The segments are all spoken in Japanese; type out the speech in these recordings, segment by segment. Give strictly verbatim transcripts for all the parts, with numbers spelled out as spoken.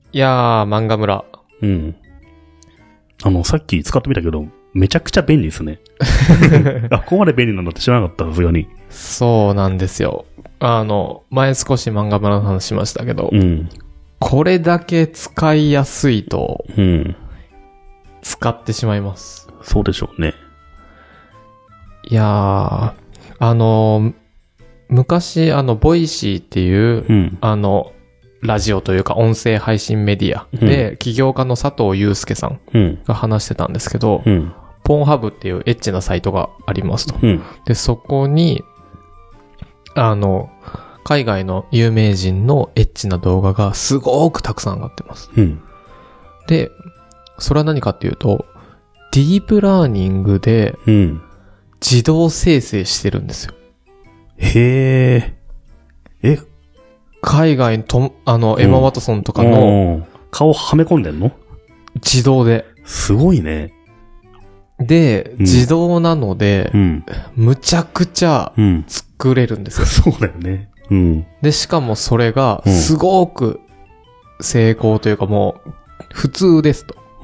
いやー、漫画村。 うん。あの、さっき使ってみたけど、めちゃくちゃ便利ですね。あ、ここまで便利なんだって知らなかった、さすがに。 そうなんですよ。あの、前少し漫画村の話しましたけど、 うん。これだけ使いやすいと、 うん。 使ってしまいます。 そうでしょうね。 いやー、あの、昔、あの、ボイシーっていう、 うん、 あの、ラジオというか音声配信メディアで、うん、起業家の佐藤祐介さんが話してたんですけど、うん、ポンハブっていうエッチなサイトがありますと。うん、で、そこに、あの、海外の有名人のエッチな動画がすごくたくさん上がってます。うん、で、それは何かっていうと、ディープラーニングで自動生成してるんですよ。 へー。え海外と、あの、エマ・ワトソンとかの、 顔はめ込んでんの？ 自動で。 すごいね。 で、うん、自動なので、うん、むちゃくちゃ作れるんですよ。 うん、そうだよね。うん。 で、しかもそれが、すごく成功というかもう、普通ですと。うん。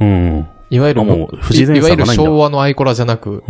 いわゆるもう、不自然さがないんだ。いわゆる昭和のアイコラじゃなく、うん。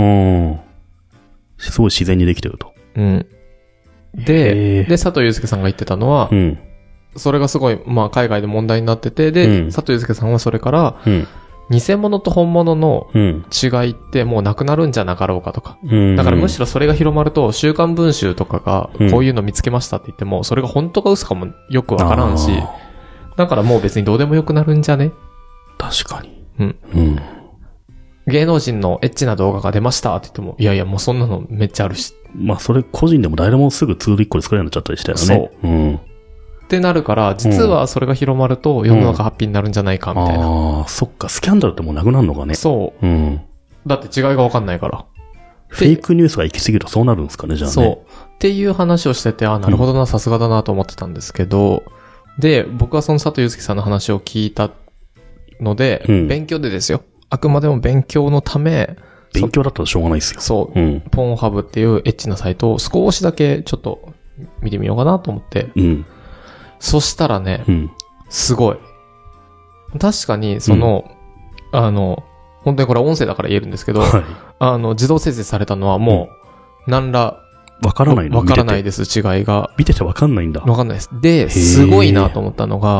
すごい自然にできてると。 うん。で、で、佐藤祐介さんが言ってたのは、うん、それがすごい、まあ、海外で問題になってて、で、うん、佐藤祐介さんはそれから、うん、偽物と本物の違いってもうなくなるんじゃなかろうかとか。うん、だからむしろそれが広まると、週刊文集とかが、こういうの見つけましたって言っても、それが本当か嘘かもよくわからんし、だからもう別にどうでもよくなるんじゃね？ 確かに。 うん。うん。芸能人のエッチな動画が出ましたって言っても、いやいやもうそんなのめっちゃあるし。 まあそれ個人でも誰でもすぐツールいっこで作れるようになっちゃったりしたよね。そう。うん。 ってなるから、実はそれが広まると世の中ハッピーになるんじゃないかみたいな。 うん、ああ、そっか。スキャンダルってもうなくなるのかね。 そう。うん。だって違いがわかんないから。 フェイクニュースが行き過ぎるとそうなるんですかね、じゃあね。 そう。っていう話をしてて、あ、なるほどな、さすがだなと思ってたんですけど、で、僕はその佐藤祐介さんの話を聞いたので、うん、勉強でですよ。あくまでも勉強のため、 勉強だったらしょうがないですよ。 そう。うん、ポンハブっていうエッチなサイトを少しだけちょっと見てみようかなと思って。うん。そしたらね、うん、すごい。確かに、その、うん、あの、本当にこれは音声だから言えるんですけど、はい、あの、自動生成されたのはもう、何ら、 わからないの？ わからないです、違いが。 見ててわかんないんだ。 わかんないです。で、すごいなと思ったのが、うん、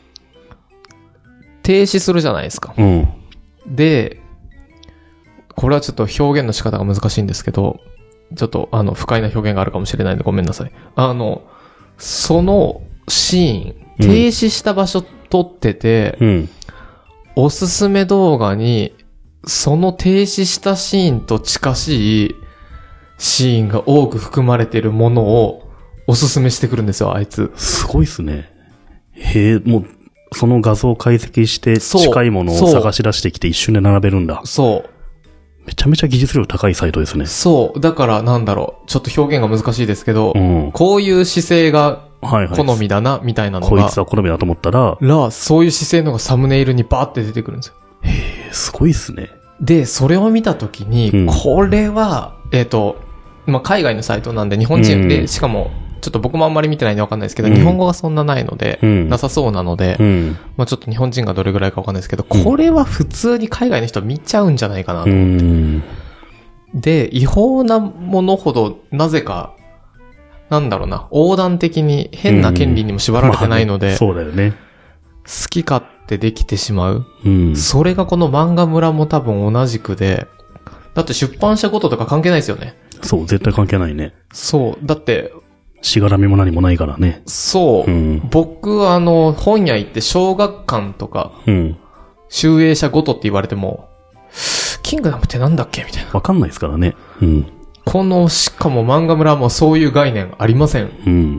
停止するじゃないですか。うん、で、これはちょっと表現の仕方が難しいんですけど、ちょっとあの不快な表現があるかもしれないのでごめんなさい。あの、そのシーン、停止した場所撮ってて、うん、おすすめ動画にその停止したシーンと近しいシーンが多く含まれているものをおすすめしてくるんですよ、あいつ。 すごいっすね。へえ、もう、その画像を解析して近いものを探し出してきて一瞬で並べるんだ。 そう。 めちゃめちゃ技術力高いサイトですね。 そう。だからなんだろう。ちょっと表現が難しいですけど、うん、こういう姿勢が好みだな、みたいなのが、はいはい。 こいつは好みだと思ったら、 ら、そういう姿勢のがサムネイルにバーって出てくるんですよ。 へー、すごいっすね。 で、それを見たときに、うん、これは、えっと、まあ、海外のサイトなんで日本人で、うん、しかも、ちょっと僕もあんまり見てないんでわかんないですけど、うん、日本語がそんなないので、うん、なさそうなので、うん、まあちょっと日本人がどれぐらいかわかんないですけど、うん、これは普通に海外の人見ちゃうんじゃないかなと思って。うん、で、違法なものほど、なぜか、なんだろうな、横断的に変な権利にも縛られてないので、 うんまあ、そうだよね。 好き勝手できてしまう、うん。それがこの漫画村も多分同じくで、だって出版社ごととか関係ないですよね。 そう、絶対関係ないね。 そう、だって、 しがらみも何もないからね。 そう。うん、僕、あの、本屋行って小学館とか、うん、集英社ごとって言われても、キングダムってなんだっけみたいな。 わかんないですからね。うん。 この、しかも漫画村もそういう概念ありません。うん。い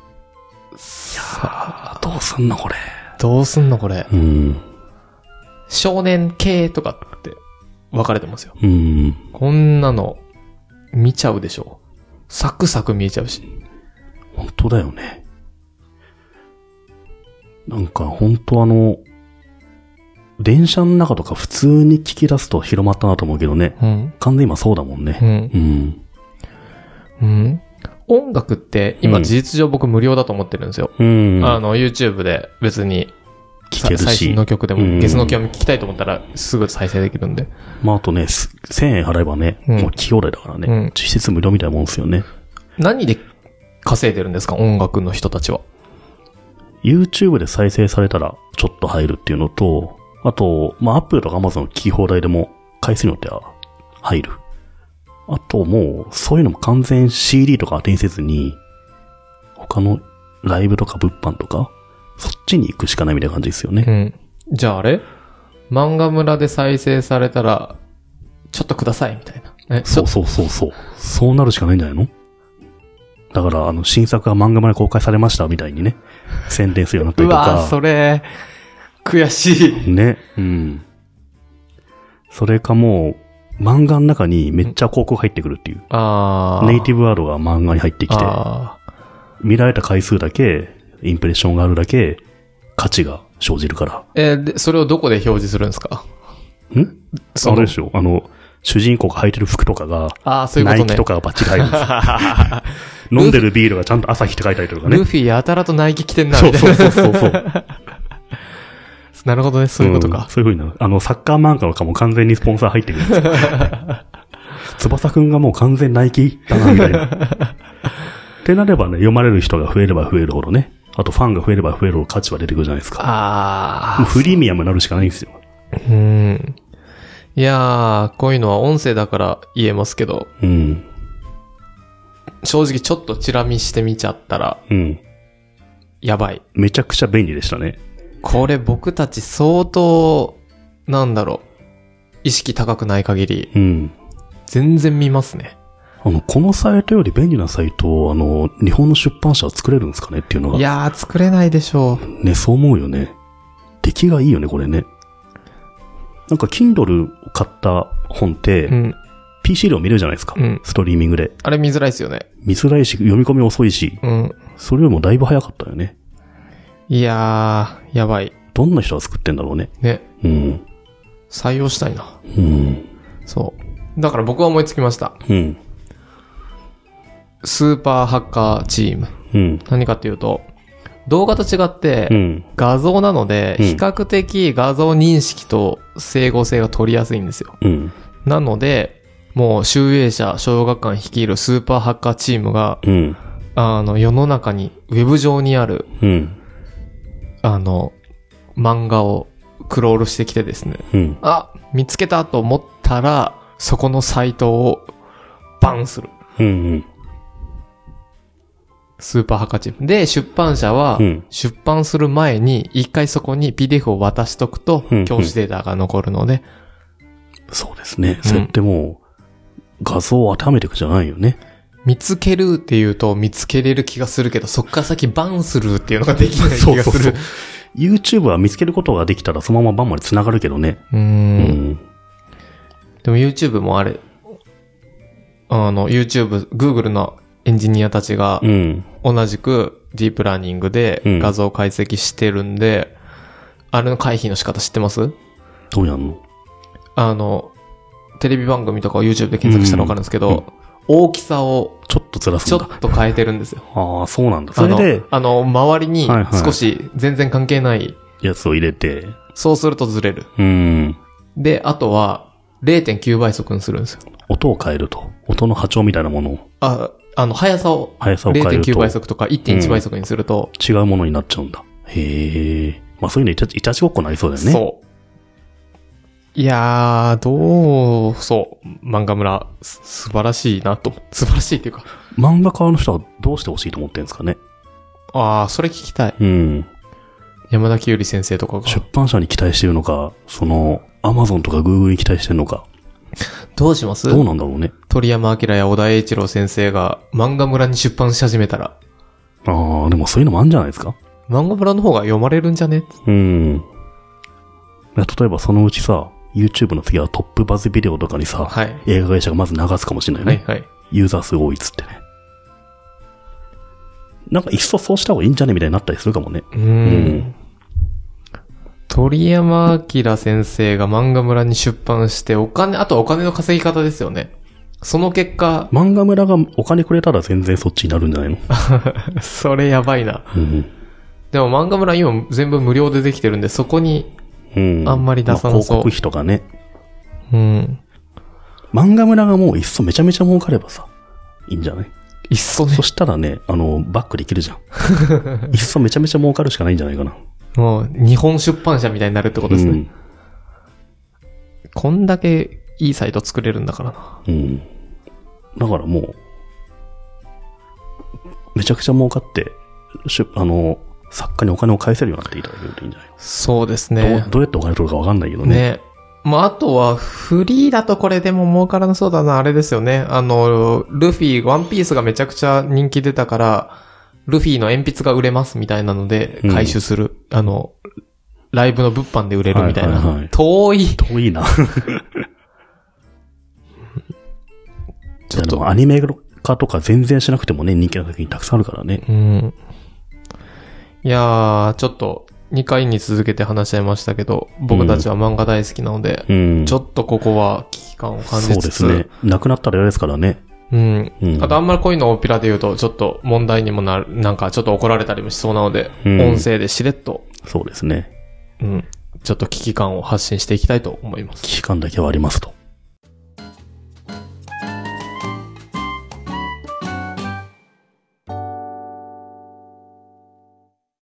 やー、どうすんのこれ。 どうすんのこれ。うん。少年系とかって分かれてますよ。うん。こんなの、見ちゃうでしょ。サクサク見えちゃうし。 本当だよね。なんか本当あの、電車の中とか普通に聞き出すと広まったなと思うけどね。うん、完全今そうだもんね。うん。 うん。うん、音楽って今事実上僕無料だと思ってるんですよ。うん、あの YouTube で別に聞けるし。 最新の曲でも、ゲスの極み聞きたいと思ったらすぐ再生できるんで。 まああとね、せんえん払えばね、うん、もう聞き放題だからね、うん、実質無料みたいなもんですよね。 何で稼いでるんですか、音楽の人たちは。 YouTube で再生されたらちょっと入るっていうのと、あと、まあ Apple とか Amazon の聞き放題でも回数によっては入る。あともう、そういうのも完全 シーディー とか当てにせずに、他のライブとか物販とか、そっちに行くしかないみたいな感じですよね。 うん。じゃああれ漫画村で再生されたら、ちょっとくださいみたいな。 えそうそうそうそう。そうなるしかないんじゃないの？だから、あの、新作が漫画村で公開されましたみたいにね、宣伝するようになったりとか。 うわ、それ、悔しい。 ね。うん。それかもう、漫画の中にめっちゃ広告入ってくるっていう。 あネイティブワードが漫画に入ってきて、見られた回数だけ、インプレッションがあるだけ、価値が生じるから。 えー、で、それをどこで表示するんですか？ んあれでしょ。あの、主人公が履いてる服とかが、 あ、そういうことね、 ナイキとかがバッチリ入るんですよ。飲んでるビールがちゃんと朝日って書いてあるとかね。 ルフィやたらとナイキ着てんな、みたいな。そうそうそうそう。なるほどね、そういうことか。 うん、そういう風になる。あの、サッカー漫画とかも完全にスポンサー入ってくるんですよ。翼くんがもう完全ナイキだな、みたいな。ってなればね、読まれる人が増えれば増えるほどね。あとファンが増えれば増えるほど価値は出てくるじゃないですか。 ああ。 フリーミアムになるしかないんですよ。 うん。いやー、こういうのは音声だから言えますけど。 うん。 正直ちょっとチラ見してみちゃったら。 うん。 やばい。 めちゃくちゃ便利でしたね。 これ僕たち相当、なんだろう。意識高くない限り。 うん。 全然見ますね。 あの、このサイトより便利なサイトを、あの、日本の出版社は作れるんですかねっていうのが。 いやー、作れないでしょう。ね、そう思うよね。出来がいいよね、これね。なんか、Kindle を買った本って、うん、ピーシー でも見れるじゃないですか。うん、ストリーミングで。 あれ見づらいですよね。 見づらいし、読み込み遅いし。 うん。 それよりもだいぶ早かったよね。 いやー、やばい。 どんな人が作ってんだろうね。 ね。 うん。 採用したいな。 うん。 そう。だから僕は思いつきました。 うん。 スーパーハッカーチーム。 うん。 何かっていうと、動画と違って、 うん、 画像なので、比較的画像認識と整合性が取りやすいんですよ。 うん、 なので、もう集英社小学館率いるスーパーハッカーチームが、 うん、 あの、世の中に、ウェブ上にある、 うん、 あの、漫画をクロールしてきてですね、 うん、 あ、見つけたと思ったら、そこのサイトをバンする。 うんうんスーパーハッカーチーム。で、出版社は、出版する前に、一回そこに ピーディーエフ を渡しとくと、教師データが残るので。 うんうん、そうですね。そうやってもう、画像を当てはめていくじゃないよね。 見つけるっていうと、見つけれる気がするけど、そっから先バンするっていうのができない気がする。そうそうそう。 YouTube は見つけることができたら、そのままバンまで繋がるけどね。 うーん。うん。でも YouTube もあれ、あの、YouTube、Google のエンジニアたちが、同じくディープラーニングで画像解析してるんで、うん、あれの回避の仕方知ってます？ どうやんの？ あの、テレビ番組とかを YouTube で検索したらわかるんですけど、うんうん、大きさをちょっとずらすんだ。 ちょっと変えてるんですよ。 ああ、そうなんだ。それで、 あの、あの周りに少し全然関係ないやつを入れて、 そうするとずれる。 うん。 で、あとは れいてんきゅうばい速にするんですよ。 音を変えると。音の波長みたいなものを。 あ、あの、速さを れいてんきゅうばい速とか いってんいちばい速にすると、 うん、違うものになっちゃうんだ。へえ。まあそういうのいたち、いたちごっこになりそうだよね。 そう。いやー、どう、そう、漫画村、す素晴らしいなと。素晴らしいっていうか。 漫画家の人はどうしてほしいと思ってるんですかね。 あー、それ聞きたい。 うん。 山田清里先生とかが。 出版社に期待してるのか、その、アマゾンとかグーグルに期待してるのか。 どうします？ どうなんだろうね。 鳥山明や小田栄一郎先生が漫画村に出版し始めたら。 ああ、でもそういうのもあるんじゃないですか？ 漫画村の方が読まれるんじゃね？ うん。例えばそのうちさ、YouTube の次はトップバズビデオとかにさ、 はい、 映画会社がまず流すかもしれないよね。 はいはい。 ユーザー数多いっつってね。なんかいっそそうした方がいいんじゃねみたいになったりするかもね。 うーん。うん鳥山明先生が漫画村に出版してお金、あとはお金の稼ぎ方ですよね。その結果。 漫画村がお金くれたら全然そっちになるんじゃないの？ それやばいな。 うん、 でも漫画村今全部無料でできてるんで、そこに、あんまり出さなそう。うんまあ、 広告費とかね。 うん。 漫画村がもういっそめちゃめちゃ儲かればさ、いいんじゃない？ いっそね。 そしたらね、あの、バックできるじゃん。いっそめちゃめちゃ儲かるしかないんじゃないかな。 もう、日本出版社みたいになるってことですね。うん、こんだけいいサイト作れるんだからな。 うん。だからもう、めちゃくちゃ儲かって、しあの、作家にお金を返せるようになっていただけるといいんじゃない？ そうですね。 どう、どうやってお金取るかわかんないけどね。ね。 まあ、あとは、フリーだとこれでも儲からなそうだな、あれですよね。あの、ルフィ、ワンピースがめちゃくちゃ人気出たから、ルフィの鉛筆が売れますみたいなので、回収する。うん、あの、ライブの物販で売れるみたいな。はいはいはい、遠い。 遠いな。ちょっと。アニメ化とか全然しなくてもね、人気な時にたくさんあるからね。 うん。いやー、ちょっと、にかいに続けて話し合いましたけど、僕たちは漫画大好きなので、うん、ちょっとここは危機感を感じつつ。そうですね。 なくなったら嫌ですからね。 うん。うん、あとあんまりこういうのを大っぴらで言うと、ちょっと問題にもなる、なんかちょっと怒られたりもしそうなので、うん、音声でしれっと。 そうですね。 うん。ちょっと危機感を発信していきたいと思います。 危機感だけはありますと。